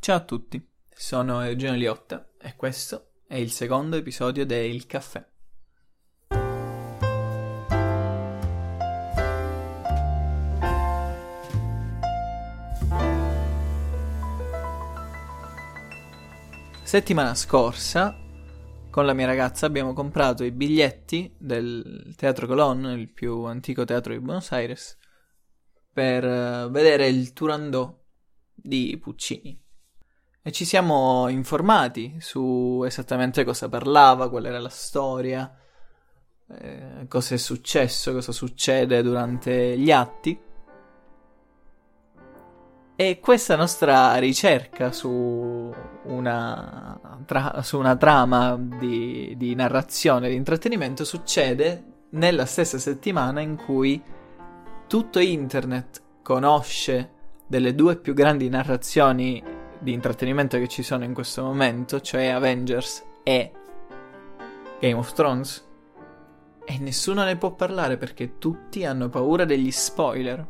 Ciao a tutti, sono Eugenio Liotta e questo è il secondo episodio de Il Caffè. Settimana scorsa, con la mia ragazza, abbiamo comprato i biglietti del Teatro Colón, il più antico teatro di Buenos Aires, per vedere il Turandot di Puccini. E ci siamo informati su esattamente cosa parlava, qual era la storia, cosa è successo, cosa succede durante gli atti. E questa nostra ricerca su una trama di narrazione, di intrattenimento, succede nella stessa settimana in cui tutto internet conosce delle due più grandi narrazioni di intrattenimento che ci sono in questo momento, cioè Avengers e Game of Thrones, e nessuno ne può parlare perché tutti hanno paura degli spoiler.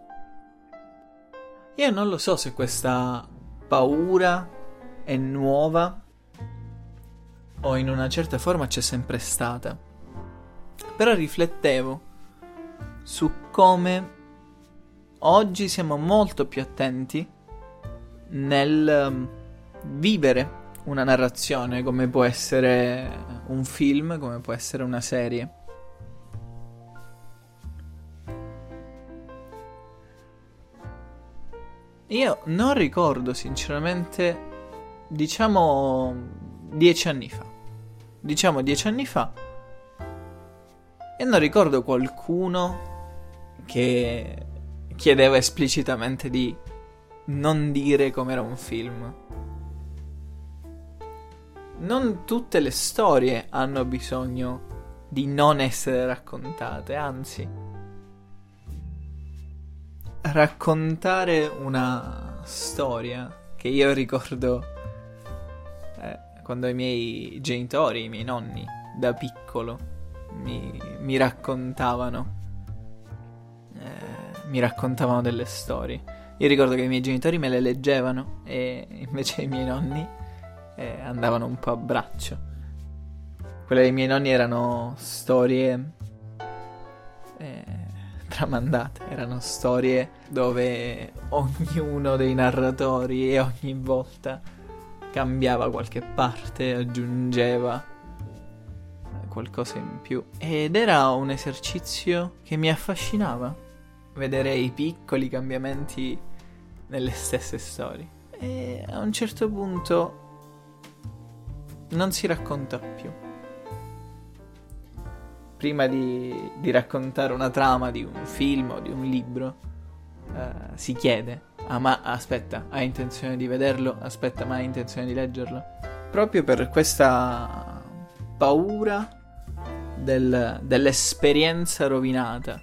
Io non lo so se questa paura è nuova o in una certa forma c'è sempre stata, però riflettevo su come oggi siamo molto più attenti nel vivere una narrazione, come può essere un film, come può essere una serie. Io non ricordo sinceramente, diciamo 10 anni fa, e non ricordo qualcuno che chiedeva esplicitamente di non dire com'era un film. Non tutte le storie hanno bisogno di non essere raccontate, anzi, raccontare una storia che io ricordo quando i miei genitori, i miei nonni, da piccolo mi raccontavano delle storie. Io ricordo che i miei genitori me le leggevano e invece i miei nonni andavano un po' a braccio. Quelle dei miei nonni erano storie tramandate, erano storie dove ognuno dei narratori e ogni volta cambiava qualche parte, aggiungeva qualcosa in più, ed era un esercizio che mi affascinava, vedere i piccoli cambiamenti nelle stesse storie. E a un certo punto non si racconta più. Prima di raccontare una trama di un film o di un libro, si chiede: ma aspetta, hai intenzione di vederlo? Aspetta, ma hai intenzione di leggerlo? Proprio per questa paura dell'esperienza rovinata.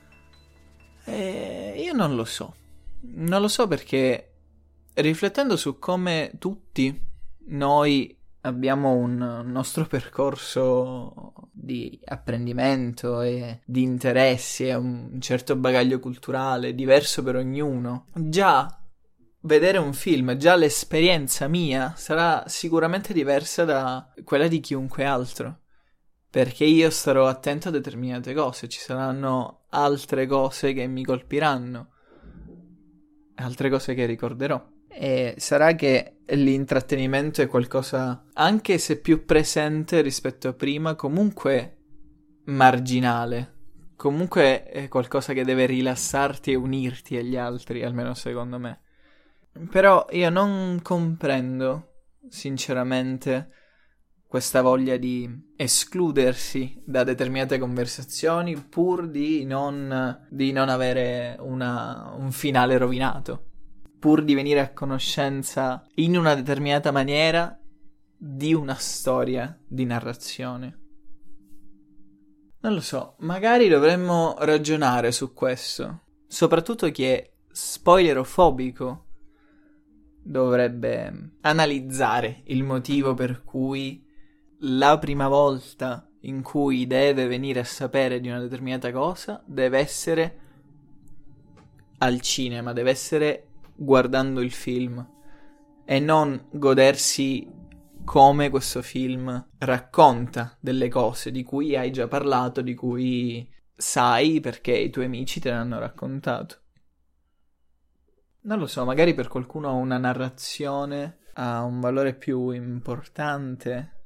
E io non lo so perché, riflettendo su come tutti noi abbiamo un nostro percorso di apprendimento e di interessi e un certo bagaglio culturale diverso per ognuno, già vedere un film, già l'esperienza mia sarà sicuramente diversa da quella di chiunque altro, perché io starò attento a determinate cose, ci saranno altre cose che mi colpiranno, altre cose che ricorderò. E sarà che l'intrattenimento è qualcosa, anche se più presente rispetto a prima, comunque marginale. Comunque è qualcosa che deve rilassarti e unirti agli altri, almeno secondo me. Però io non comprendo, sinceramente, questa voglia di escludersi da determinate conversazioni pur di non avere un finale rovinato, pur di venire a conoscenza in una determinata maniera di una storia di narrazione. Non lo so, magari dovremmo ragionare su questo. Soprattutto chi è spoilerofobico dovrebbe analizzare il motivo per cui la prima volta in cui deve venire a sapere di una determinata cosa deve essere al cinema, deve essere guardando il film, e non godersi come questo film racconta delle cose di cui hai già parlato, di cui sai perché i tuoi amici te l'hanno raccontato. Non lo so, magari per qualcuno una narrazione ha un valore più importante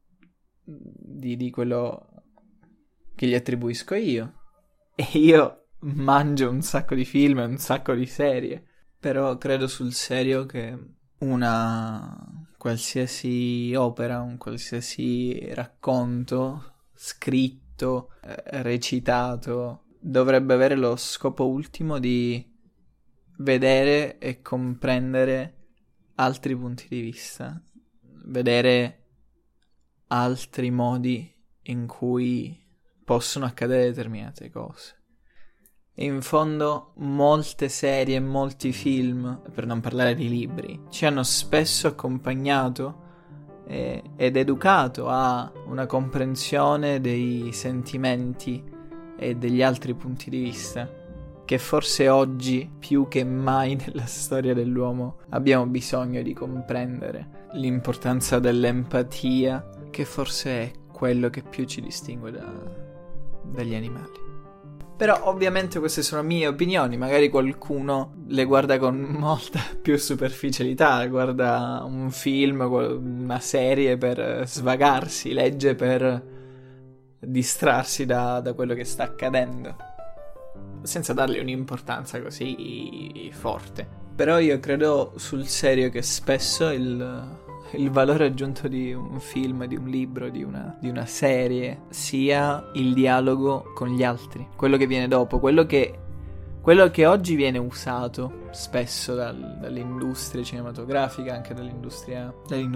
di quello che gli attribuisco io. E io mangio un sacco di film e un sacco di serie. Però credo sul serio che una qualsiasi opera, un qualsiasi racconto scritto, recitato, dovrebbe avere lo scopo ultimo di vedere e comprendere altri punti di vista, vedere altri modi in cui possono accadere determinate cose. E in fondo molte serie, molti film, per non parlare di libri, ci hanno spesso accompagnato ed educato a una comprensione dei sentimenti e degli altri punti di vista che forse oggi, più che mai nella storia dell'uomo, abbiamo bisogno di comprendere. L'importanza dell'empatia, che forse è quello che più ci distingue dagli animali. Però ovviamente queste sono mie opinioni, magari qualcuno le guarda con molta più superficialità, guarda un film, una serie per svagarsi, legge per distrarsi da quello che sta accadendo, senza dargli un'importanza così forte. Però io credo sul serio che spesso il valore aggiunto di un film, di un libro, di una serie sia il dialogo con gli altri, quello che viene dopo, quello che oggi viene usato spesso dall'industria cinematografica, anche dall'industria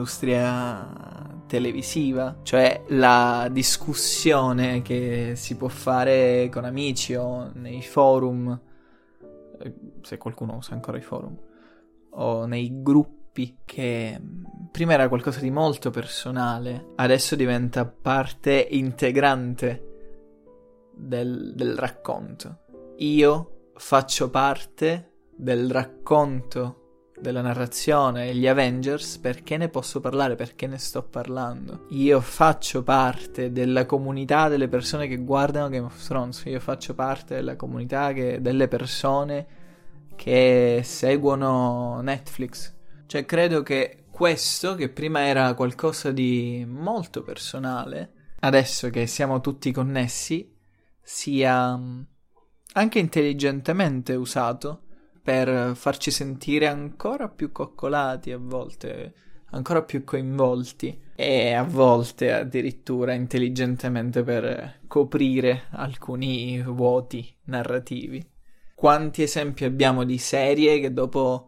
televisiva, cioè la discussione che si può fare con amici o nei forum, se qualcuno usa ancora i forum, o nei gruppi, che prima era qualcosa di molto personale, adesso diventa parte integrante del racconto. Io faccio parte del racconto, della narrazione, gli Avengers, perché ne posso parlare, perché ne sto parlando. Io faccio parte della comunità delle persone che guardano Game of Thrones, io faccio parte della comunità delle persone che seguono Netflix. Cioè credo che questo, che prima era qualcosa di molto personale, adesso che siamo tutti connessi, sia anche intelligentemente usato per farci sentire ancora più coccolati a volte, ancora più coinvolti, e a volte addirittura intelligentemente per coprire alcuni vuoti narrativi. Quanti esempi abbiamo di serie che dopo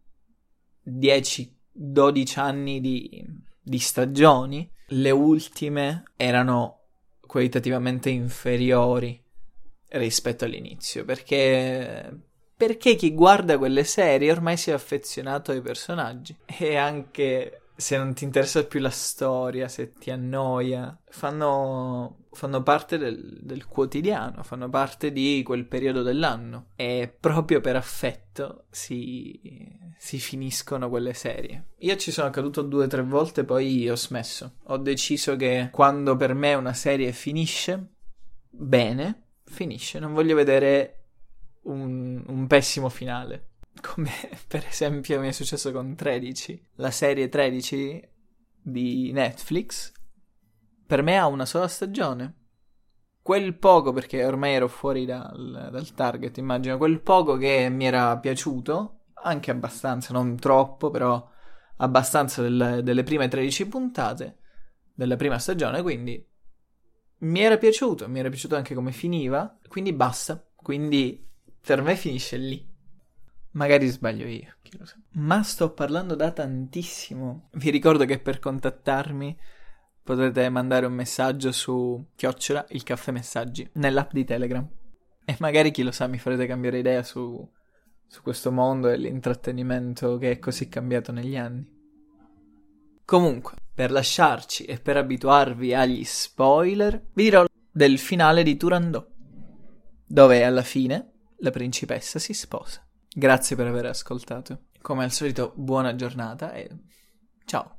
10-12 anni di stagioni, le ultime erano qualitativamente inferiori rispetto all'inizio, perché chi guarda quelle serie ormai si è affezionato ai personaggi, e anche se non ti interessa più la storia, se ti annoia, fanno parte del quotidiano, fanno parte di quel periodo dell'anno, e proprio per affetto si finiscono quelle serie. Io ci sono caduto 2 o 3 volte, poi ho smesso. Ho deciso che quando per me una serie finisce, bene, finisce. Non voglio vedere un pessimo finale. Come per esempio mi è successo con 13. La serie 13 di Netflix per me ha una sola stagione. Quel poco, perché ormai ero fuori dal target, immagino, quel poco che mi era piaciuto, anche abbastanza, non troppo, però abbastanza delle prime 13 puntate della prima stagione, quindi mi era piaciuto anche come finiva, quindi basta. Quindi per me finisce lì. Magari sbaglio io, chi lo sa. Ma sto parlando da tantissimo. Vi ricordo che per contattarmi potete mandare un messaggio su @ilcaffemessaggi nell'app di Telegram. E magari, chi lo sa, mi farete cambiare idea su questo mondo e l'intrattenimento che è così cambiato negli anni. Comunque, per lasciarci e per abituarvi agli spoiler, vi dirò del finale di Turandot, dove alla fine la principessa si sposa. Grazie per aver ascoltato. Come al solito, buona giornata e ciao.